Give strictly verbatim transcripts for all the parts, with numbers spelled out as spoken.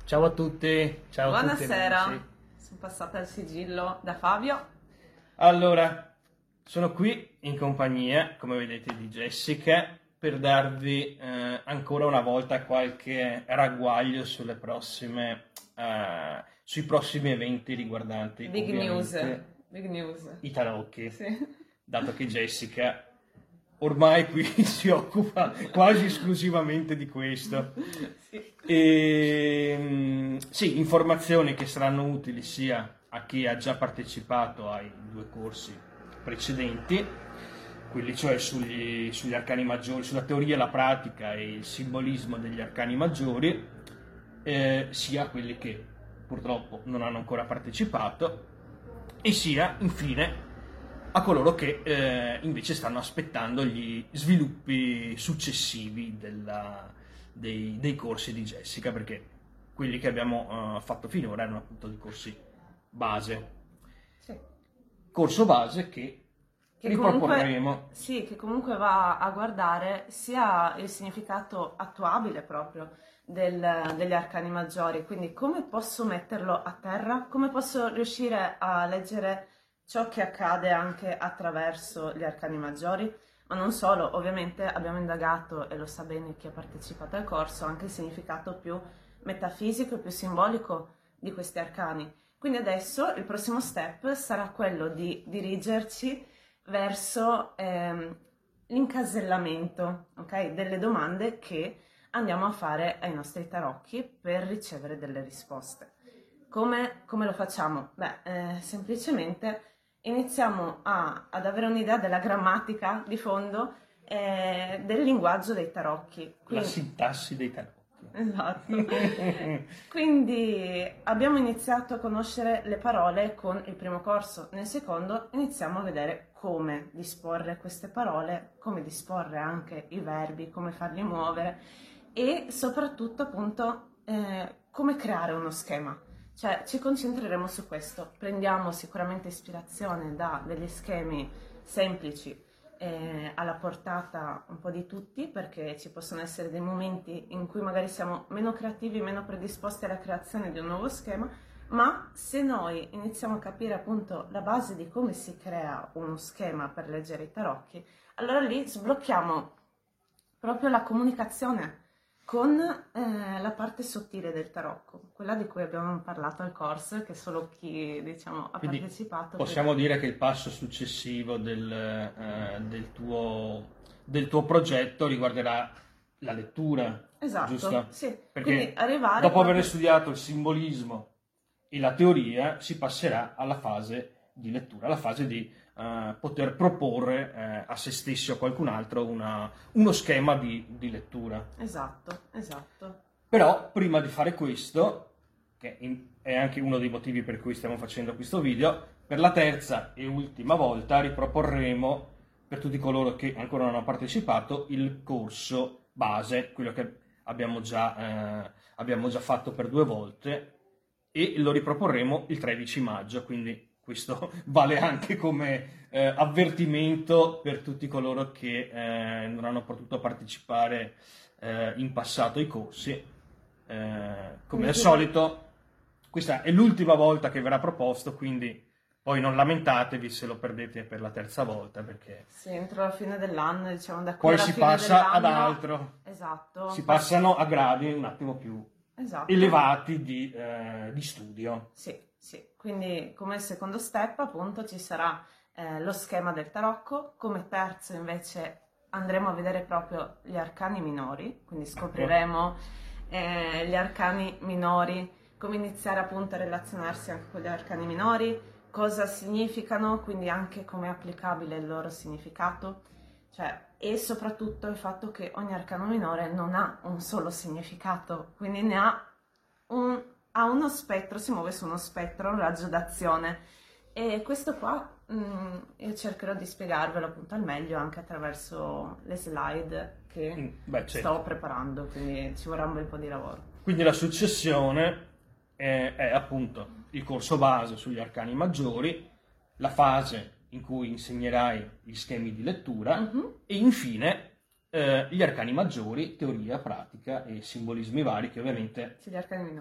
Ciao a tutti, ciao a tutti. Buonasera, Sì. sono passata al sigillo da Fabio. Allora, sono qui in compagnia, come vedete, di Jessica per darvi eh, ancora una volta qualche ragguaglio sulle prossime, eh, sui prossimi eventi riguardanti Big news, ovviamente big news. i tarocchi, Sì. dato che Jessica ormai qui si occupa quasi esclusivamente di questo. Sì. E, sì, informazioni che saranno utili sia a chi ha già partecipato ai due corsi precedenti, quelli cioè sugli, sugli arcani maggiori, sulla teoria, la pratica e il simbolismo degli arcani maggiori, eh, sia a quelli che purtroppo non hanno ancora partecipato, e sia infine a coloro che eh, invece stanno aspettando gli sviluppi successivi della, dei, dei corsi di Jessica, perché quelli che abbiamo uh, fatto finora erano appunto dei corsi base. Sì. Corso base che, Che riproporremo. comunque, sì, che comunque va a guardare sia il significato attuabile proprio del- degli arcani maggiori, quindi come posso metterlo a terra, come posso riuscire a leggere ciò che accade anche attraverso gli arcani maggiori, ma non solo, ovviamente abbiamo indagato, e lo sa bene chi ha partecipato al corso, anche il significato più metafisico e più simbolico di questi arcani. Quindi adesso il prossimo step sarà quello di dirigerci verso ehm, l'incasellamento, ok? Delle domande che andiamo a fare ai nostri tarocchi per ricevere delle risposte. Come, come lo facciamo? Beh, eh, semplicemente iniziamo a- ad avere un'idea della grammatica di fondo eh, del linguaggio dei tarocchi. La Quindi, sintassi dei tarocchi. esatto. Quindi abbiamo iniziato a conoscere le parole con il primo corso. Nel secondo iniziamo a vedere come disporre queste parole, come disporre anche i verbi, come farli muovere e soprattutto appunto eh, come creare uno schema. Cioè ci concentreremo su questo. Prendiamo sicuramente ispirazione da degli schemi semplici eh, alla portata un po' di tutti, perché ci possono essere dei momenti in cui magari siamo meno creativi, meno predisposti alla creazione di un nuovo schema, ma se noi iniziamo a capire appunto la base di come si crea uno schema per leggere i tarocchi, allora lì sblocchiamo proprio la comunicazione con eh, la parte sottile del tarocco, quella di cui abbiamo parlato al corso, che solo chi diciamo ha Quindi partecipato. possiamo dire che il passo successivo del, eh, del tuo, del tuo progetto riguarderà la lettura, Esatto, giusto? sì. Perché Quindi arrivare dopo proprio- aver studiato il simbolismo e la teoria si passerà alla fase di lettura, alla fase di eh, poter proporre eh, a se stessi o a qualcun altro una- uno schema di, di lettura. Esatto, esatto. Però prima di fare questo, che in- è anche uno dei motivi per cui stiamo facendo questo video, per la terza e ultima volta riproporremo, per tutti coloro che ancora non hanno partecipato, il corso base, quello che abbiamo già, eh, abbiamo già fatto per due volte, e lo riproporremo il tredici maggio, quindi questo vale anche come eh, avvertimento per tutti coloro che eh, non hanno potuto partecipare eh, in passato ai corsi. Eh, come al solito, questa è l'ultima volta che verrà proposto, quindi poi non lamentatevi se lo perdete per la terza volta, perché Sì, entro la fine dell'anno, diciamo da qui poi alla si fine passa ad dell'anno- altro, Esatto. si passano a gradi un attimo più Esatto. elevati di, eh, di studio. Sì, sì. Quindi come secondo step appunto ci sarà eh, lo schema del tarocco, come terzo invece andremo a vedere proprio gli arcani minori, quindi scopriremo eh, gli arcani minori, come iniziare appunto a relazionarsi anche con gli arcani minori, cosa significano, quindi anche come è applicabile il loro significato, cioè, e soprattutto il fatto che ogni arcano minore non ha un solo significato, quindi ne ha un, ha uno spettro, si muove su uno spettro, un raggio d'azione. E questo qua mh, io cercherò di spiegarvelo appunto al meglio anche attraverso le slide che Mm, beh, certo. sto preparando, quindi ci vorrà un bel po' di lavoro. Quindi la successione è, è appunto il corso base sugli arcani maggiori, la fase in cui insegnerai gli schemi di lettura Mhm. e infine eh, gli arcani maggiori, teoria, pratica e simbolismi vari che ovviamente Sì, gli arcani minori.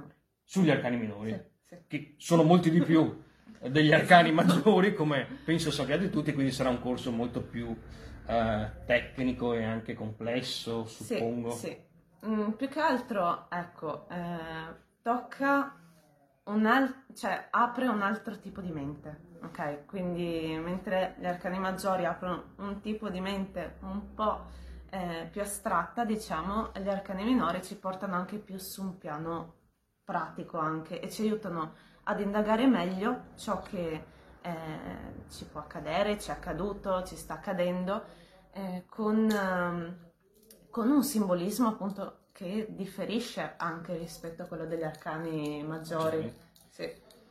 sugli arcani minori, Sì, sì. che sono molti di più degli arcani maggiori, come penso sappiate tutti, quindi sarà un corso molto più eh, tecnico e anche complesso, suppongo. Sì, sì. Mm, più che altro, ecco, eh, tocca un al- cioè apre un altro tipo di mente, ok? Quindi mentre gli arcani maggiori aprono un tipo di mente un po' eh, più astratta, diciamo, gli arcani minori ci portano anche più su un piano pratico anche e ci aiutano ad indagare meglio ciò che eh, ci può accadere, ci è accaduto, ci sta accadendo, eh, con, ehm, con un simbolismo appunto che differisce anche rispetto a quello degli arcani maggiori. Sì.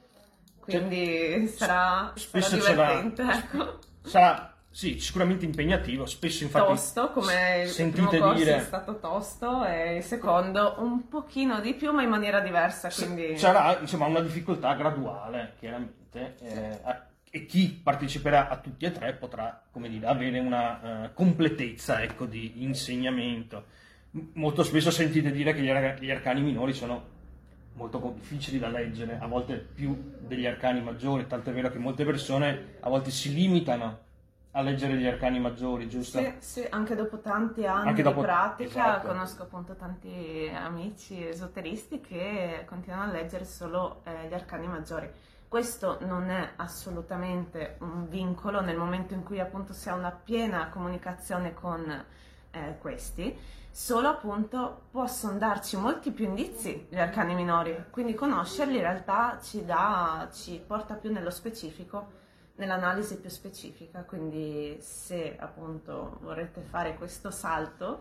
Quindi sarà, sarà Spesso sarà, divertente, ecco. sarà sì, sicuramente impegnativo, spesso infatti Tosto, come il primo sentite corso dire è stato tosto e il secondo un pochino di più ma in maniera diversa, quindi... sarà insomma una difficoltà graduale, chiaramente, eh, a- e chi parteciperà a tutti e tre potrà, come dire, avere una eh, completezza, ecco, di insegnamento. M- molto spesso sentite dire che gli, ar- gli arcani minori sono molto co- difficili da leggere, a volte più degli arcani maggiori, tanto è vero che molte persone a volte si limitano a leggere gli arcani maggiori, giusto? Sì, sì, anche dopo tanti anni Anche dopo- di pratica esatto. conosco appunto tanti amici esoteristi che continuano a leggere solo eh, gli arcani maggiori. Questo non è assolutamente un vincolo nel momento in cui appunto si ha una piena comunicazione con eh, questi, solo appunto possono darci molti più indizi gli arcani minori, quindi conoscerli in realtà ci dà, ci porta più nello specifico, nell'analisi più specifica, quindi se appunto vorrete fare questo salto,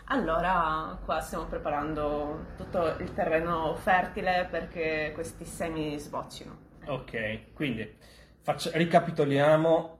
allora qua stiamo preparando tutto il terreno fertile perché questi semi sboccino. Ok, quindi faccia- ricapitoliamo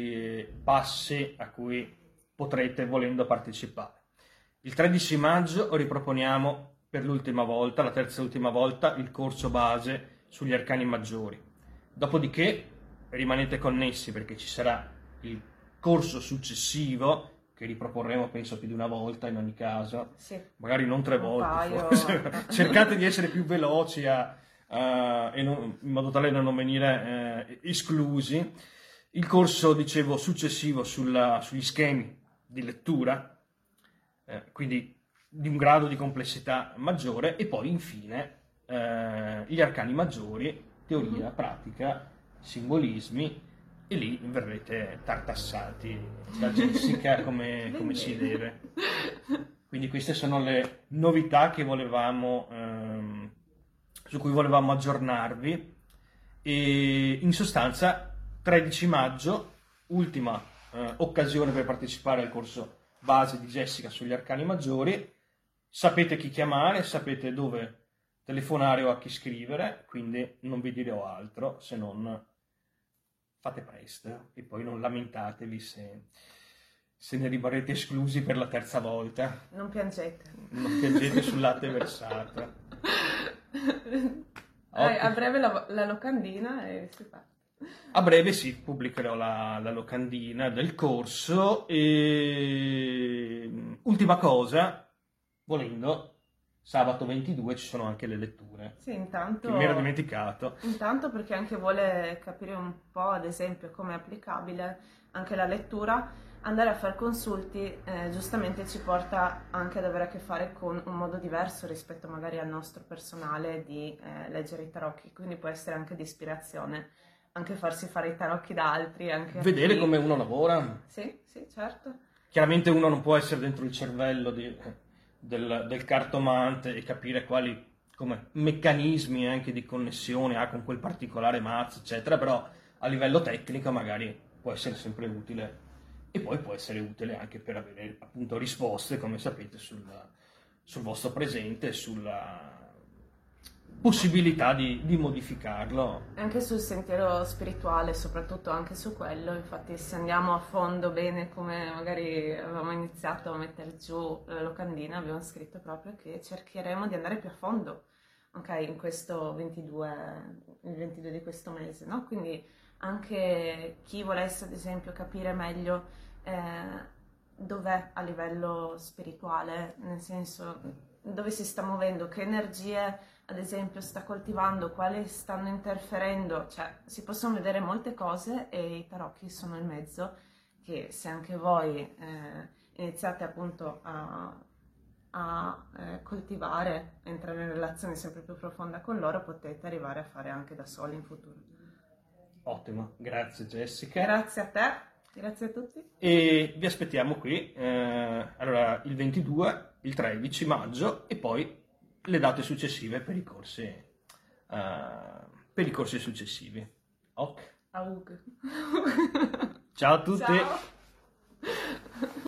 i passi a cui potrete, volendo, partecipare. Il tredici maggio riproponiamo per l'ultima volta, la terza e ultima volta, il corso base sugli arcani maggiori. Dopodiché rimanete connessi perché ci sarà il corso successivo che riproporremo penso più di una volta in ogni caso, Sì, magari non tre un volte, paio. forse. Cercate di essere più veloci a, a- e non- in modo tale da non venire eh, esclusi. Il corso, dicevo, successivo sulla- sugli schemi di lettura, eh, quindi di un grado di complessità maggiore, e poi infine eh, gli arcani maggiori, teoria, Mhm. pratica, simbolismi, e lì verrete tartassati da Jessica come, come si deve. Quindi queste sono le novità che volevamo, ehm, su cui volevamo aggiornarvi. E in sostanza tredici maggio, ultima eh, occasione per partecipare al corso base di Jessica sugli arcani maggiori. Sapete chi chiamare, sapete dove telefonare o a chi scrivere, quindi non vi dirò altro se non fate presto e poi non lamentatevi se, se ne rimarrete esclusi per la terza volta. Non piangete. Non piangete sul latte versato. Dai, a breve la, la locandina e si fa. A breve sì, pubblicherò la, la locandina del corso e ultima cosa, volendo, sabato ventidue ci sono anche le letture. Sì, intanto... Che mi ero dimenticato. Intanto perché anche vuole capire un po', ad esempio, come è applicabile anche la lettura, andare a fare consulti eh, giustamente ci porta anche ad avere a che fare con un modo diverso rispetto magari al nostro personale di eh, leggere i tarocchi, quindi può essere anche di ispirazione, anche farsi fare i tarocchi da altri. Anche a Vedere chi- come uno lavora. Sì, sì, certo. Chiaramente uno non può essere dentro il cervello di- del, del cartomante e capire quali come, meccanismi anche di connessione ha con quel particolare mazzo, eccetera, però a livello tecnico magari può essere sempre utile e poi può essere utile anche per avere appunto risposte, come sapete, sul, sul vostro presente e sulla possibilità di, di modificarlo. Anche sul sentiero spirituale, soprattutto anche su quello, infatti se andiamo a fondo bene come magari avevamo iniziato a mettere giù la locandina, abbiamo scritto proprio che cercheremo di andare più a fondo, ok, in questo ventidue, il ventidue di questo mese, no? Quindi anche chi volesse ad esempio capire meglio eh, dov'è a livello spirituale, nel senso dove si sta muovendo, che energie ad esempio sta coltivando, quali stanno interferendo, cioè si possono vedere molte cose e i tarocchi sono il mezzo che se anche voi eh, iniziate appunto a, a eh, coltivare, entrare in relazione sempre più profonda con loro, potete arrivare a fare anche da soli in futuro. Ottimo, grazie Jessica. Grazie a te, grazie a tutti. E vi aspettiamo qui, eh, allora il ventidue, il tredici maggio e poi le date successive per i corsi, uh, per i corsi successivi. Ok. Aug. Ciao a tutti. Ciao.